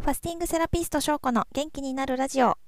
ファスティングセラピスト翔子の元気になるラジオ。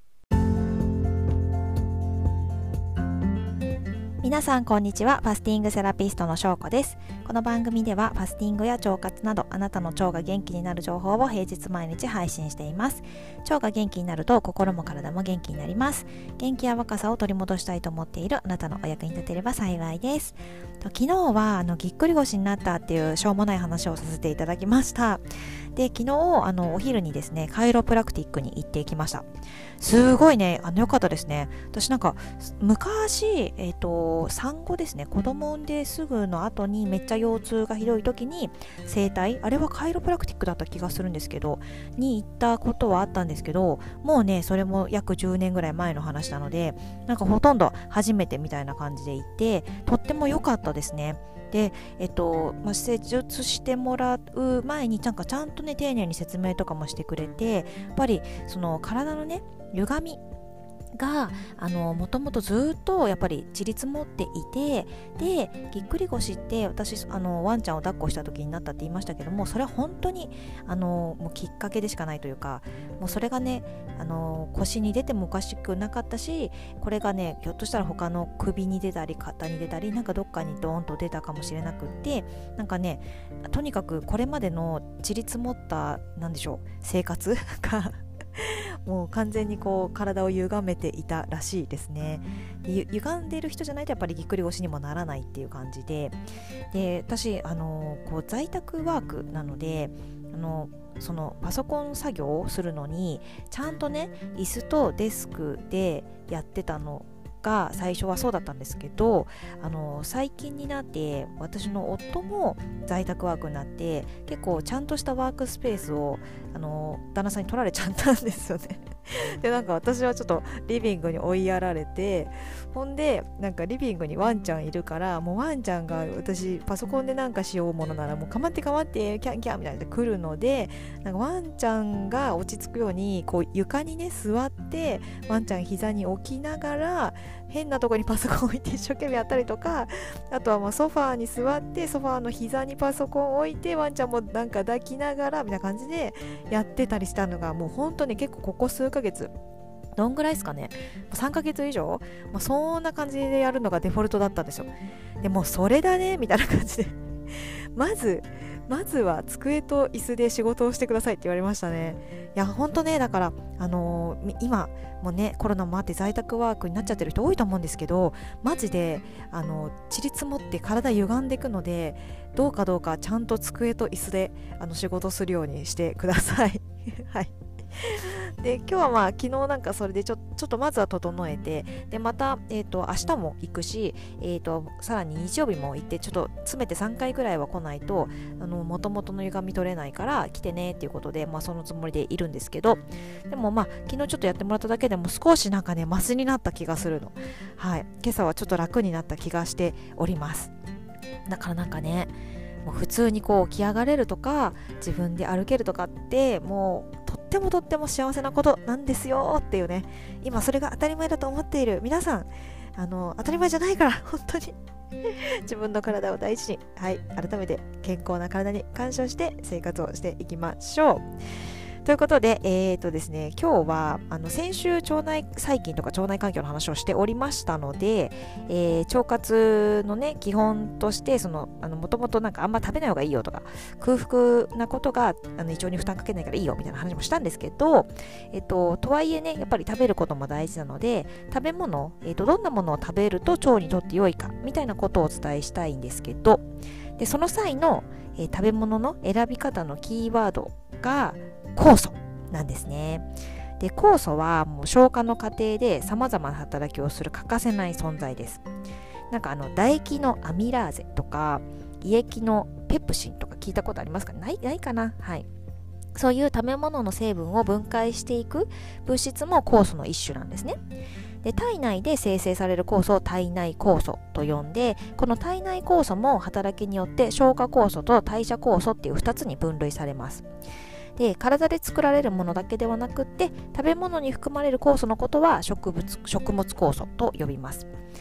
皆さんこんにちは。ファスティングセラピストの翔子です。この番組ではファスティングや腸活などあなたの腸が元気になる情報を平日毎日配信しています。腸が元気になると心も体も元気になります。元気や若さを取り戻したいと思っているあなたのお役に立てれば幸いです。昨日はぎっくり腰になったっていうしょうもない話をさせていただきました。で、昨日お昼にですねカイロプラクティックに行ってきました。すごいね良かったですね。私昔産後ですね、子供産んですぐの後にめっちゃ腰痛がひどい時に整体、あれはカイロプラクティックだった気がするんですけどに行ったことはあったんですけど、もうねそれも約10年ぐらい前の話なのでほとんど初めてみたいな感じで行ってとっても良かったですね。で、施術してもらう前にちゃんとね丁寧に説明とかもしてくれて、やっぱりその体のね歪みがもともとずっとやっぱりちり積もっていて、でぎっくり腰って私ワンちゃんを抱っこした時になったって言いましたけども、それは本当にもうきっかけでしかないというか、もうそれがね腰に出てもおかしくなかったし、これがねひょっとしたら他の首に出たり肩に出たりどっかにドーンと出たかもしれなくって、とにかくこれまでのちり積もった生活がもう完全に体を歪めていたらしいですね。で歪んでいる人じゃないとやっぱりぎっくり腰にもならないっていう感じで、私在宅ワークなのでそのパソコン作業をするのにちゃんとね椅子とデスクでやってたのが最初はそうだったんですけど、最近になって私の夫も在宅ワークになって結構ちゃんとしたワークスペースを旦那さんに取られちゃったんですよね。で私はちょっとリビングに追いやられて、ほんでリビングにワンちゃんいるから、もうワンちゃんが私パソコンでしようものならもうかまってキャンキャンみたいな来るので、ワンちゃんが落ち着くように床にね座ってワンちゃん膝に置きながら変なとこにパソコン置いて一生懸命やったりとか、あとはもうソファーに座ってソファーの膝にパソコン置いてワンちゃんも抱きながらみたいな感じでやってたりしたのが、もう本当に結構ここ数ヶ月、どんぐらいですかね、3ヶ月以上、そんな感じでやるのがデフォルトだったんですよ。でもうそれだねみたいな感じでまずは机と椅子で仕事をしてくださいって言われましたね。いや本当ね、だから今もねコロナもあって在宅ワークになっちゃってる人多いと思うんですけど、マジでちり積もって体歪んでいくので、どうかちゃんと机と椅子で仕事するようにしてくださいはい。で今日は昨日それでちょっとまずは整えて、でまた、明日も行くし、さらに日曜日も行ってちょっと詰めて3回ぐらいは来ないと元々の歪み取れないから来てねっていうことで、そのつもりでいるんですけど、でも昨日ちょっとやってもらっただけでも少しマシになった気がするの。はい、今朝はちょっと楽になった気がしております。だからね、もう普通に起き上がれるとか自分で歩けるとかってもうとっても幸せなことなんですよっていうね、今それが当たり前だと思っている皆さん、当たり前じゃないから本当に自分の体を大事に、改めて健康な体に感謝して生活をしていきましょうということで、ですね、今日は先週腸内細菌とか腸内環境の話をしておりましたので、腸活のね基本としてもともとあんま食べない方がいいよとか空腹なことが胃腸に負担かけないからいいよみたいな話もしたんですけど、とはいえねやっぱり食べることも大事なので、食べ物、どんなものを食べると腸にとって良いかみたいなことをお伝えしたいんですけど、でその際の、食べ物の選び方のキーワードが酵素なんですね。で酵素はもう消化の過程でさまざまな働きをする欠かせない存在です。唾液のアミラーゼとか胃液のペプシンとか聞いたことありますか？ないかな。はい、そういう食べ物の成分を分解していく物質も酵素の一種なんですね。で体内で生成される酵素を体内酵素と呼んで、この体内酵素も働きによって消化酵素と代謝酵素っていう2つに分類されます。で体で作られるものだけではなくって、食べ物に含まれる酵素のことは食物酵素と呼びます。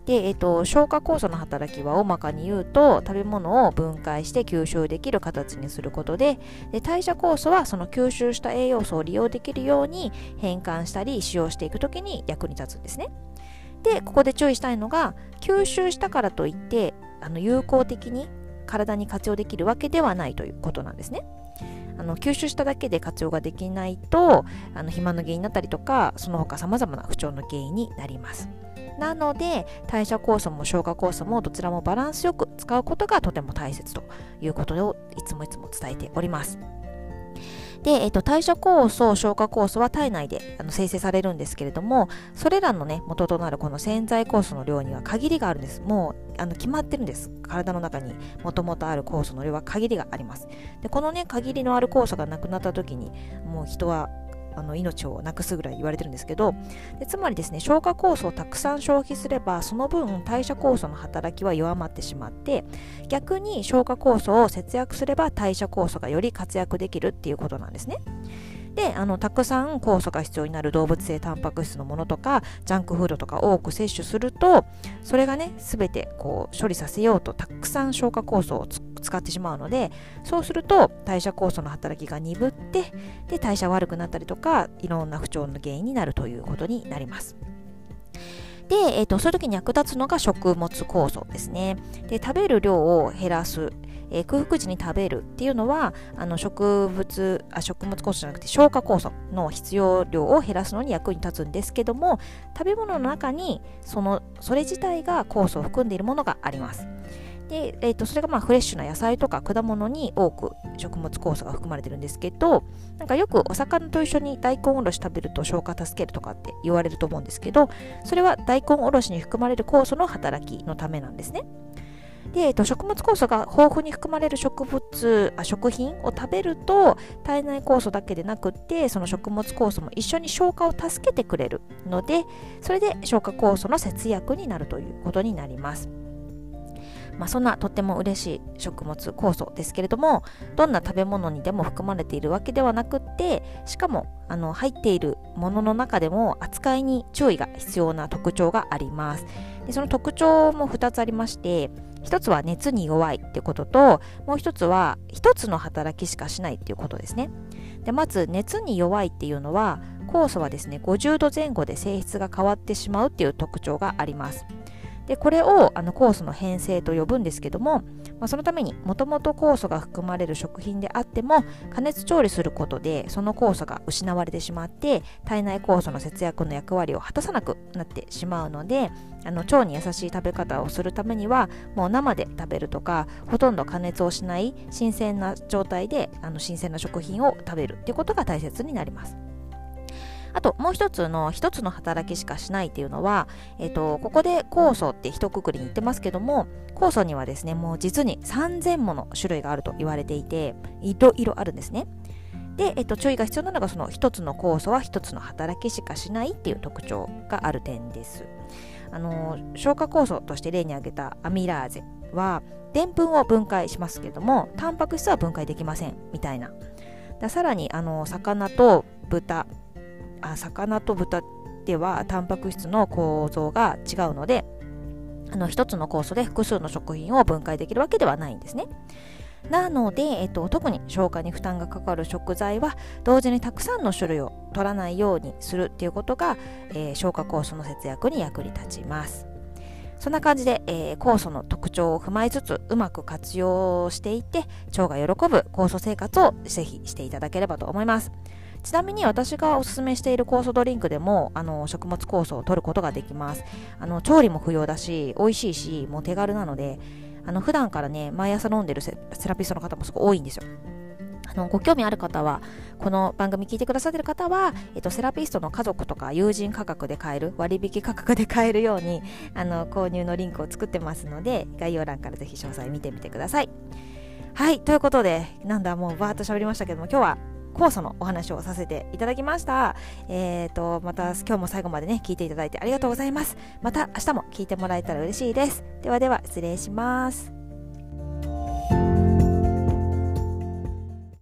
で、消化酵素の働きは大まかに言うと、食べ物を分解して吸収できる形にすることで、代謝酵素はその吸収した栄養素を利用できるように変換したり使用していくときに役に立つんですね。で、ここで注意したいのが、吸収したからといって有効的に体に活用できるわけではないということなんですね。吸収しただけで活用ができないと肥満の原因になったりとか、その他さまざまな不調の原因になります。なので代謝酵素も消化酵素もどちらもバランスよく使うことがとても大切ということをいつも伝えております。で、代謝酵素、消化酵素は体内で生成されるんですけれども、それらのね元となるこの潜在酵素の量には限りがあるんです。もう決まってるんです。体の中にもともとある酵素の量は限りがあります。で、このね限りのある酵素がなくなった時にもう人は命をなくすぐらい言われてるんですけど、つまりですね、消化酵素をたくさん消費すればその分代謝酵素の働きは弱まってしまって、逆に消化酵素を節約すれば代謝酵素がより活躍できるっていうことなんですね。で、たくさん酵素が必要になる動物性タンパク質のものとかジャンクフードとか多く摂取すると、それがね全てこう処理させようとたくさん消化酵素を使ってしまうので、そうすると代謝酵素の働きが鈍って、で代謝悪くなったりとかいろんな不調の原因になるということになります。で、そういう時に役立つのが食物酵素ですね。で、食べる量を減らす、空腹時に食べるっていうのは食物酵素じゃなくて消化酵素の必要量を減らすのに役に立つんですけども、食べ物の中にそれ自体が酵素を含んでいるものがあります。で、それがフレッシュな野菜とか果物に多く食物酵素が含まれてるんですけど、なんかよくお魚と一緒に大根おろし食べると消化助けるとかって言われると思うんですけど、それは大根おろしに含まれる酵素の働きのためなんですね。で、食物酵素が豊富に含まれる食品を食べると体内酵素だけでなくってその食物酵素も一緒に消化を助けてくれるので、それで消化酵素の節約になるということになります。そんなとっても嬉しい食物酵素ですけれども、どんな食べ物にでも含まれているわけではなくって、しかも入っているものの中でも扱いに注意が必要な特徴があります。で、その特徴も2つありまして、一つは熱に弱いっていうことと、もう一つは一つの働きしかしないっていうことですね。で、まず熱に弱いっていうのは、酵素はですね50度前後で性質が変わってしまうっていう特徴があります。で、これを酵素の変性と呼ぶんですけども、そのためにもともと酵素が含まれる食品であっても加熱調理することでその酵素が失われてしまって体内酵素の節約の役割を果たさなくなってしまうので、腸に優しい食べ方をするためにはもう生で食べるとか、ほとんど加熱をしない新鮮な状態で新鮮な食品を食べるっていうことが大切になります。あともう一つの働きしかしないっていうのは、ここで酵素って一括りに言ってますけども、酵素にはですねもう実に3000もの種類があると言われていて、いろいろあるんですね。で、注意が必要なのがその一つの酵素は一つの働きしかしないっていう特徴がある点です。消化酵素として例に挙げたアミラーゼはでんぷんを分解しますけどもタンパク質は分解できませんみたいな。さらに魚と豚ではタンパク質の構造が違うので一つの酵素で複数の食品を分解できるわけではないんですね。なので、特に消化に負担がかかる食材は同時にたくさんの種類を取らないようにするっていうことが、消化酵素の節約に役に立ちます。そんな感じで、酵素の特徴を踏まえつつうまく活用していって腸が喜ぶ酵素生活をぜひしていただければと思います。ちなみに私がおすすめしている酵素ドリンクでも食物酵素を取ることができます。調理も不要だし美味しいしもう手軽なので普段からね毎朝飲んでるセラピストの方もすごい多いんですよ。ご興味ある方はこの番組聞いてくださっている方は、セラピストの家族とか友人価格で買える割引価格で買えるように購入のリンクを作ってますので概要欄からぜひ詳細見てみてください。はい、ということでもうバーッと喋りましたけども、今日は酵素のお話をさせていただきました。また今日も最後までね聞いていただいてありがとうございます。また明日も聞いてもらえたら嬉しいです。ではでは失礼します。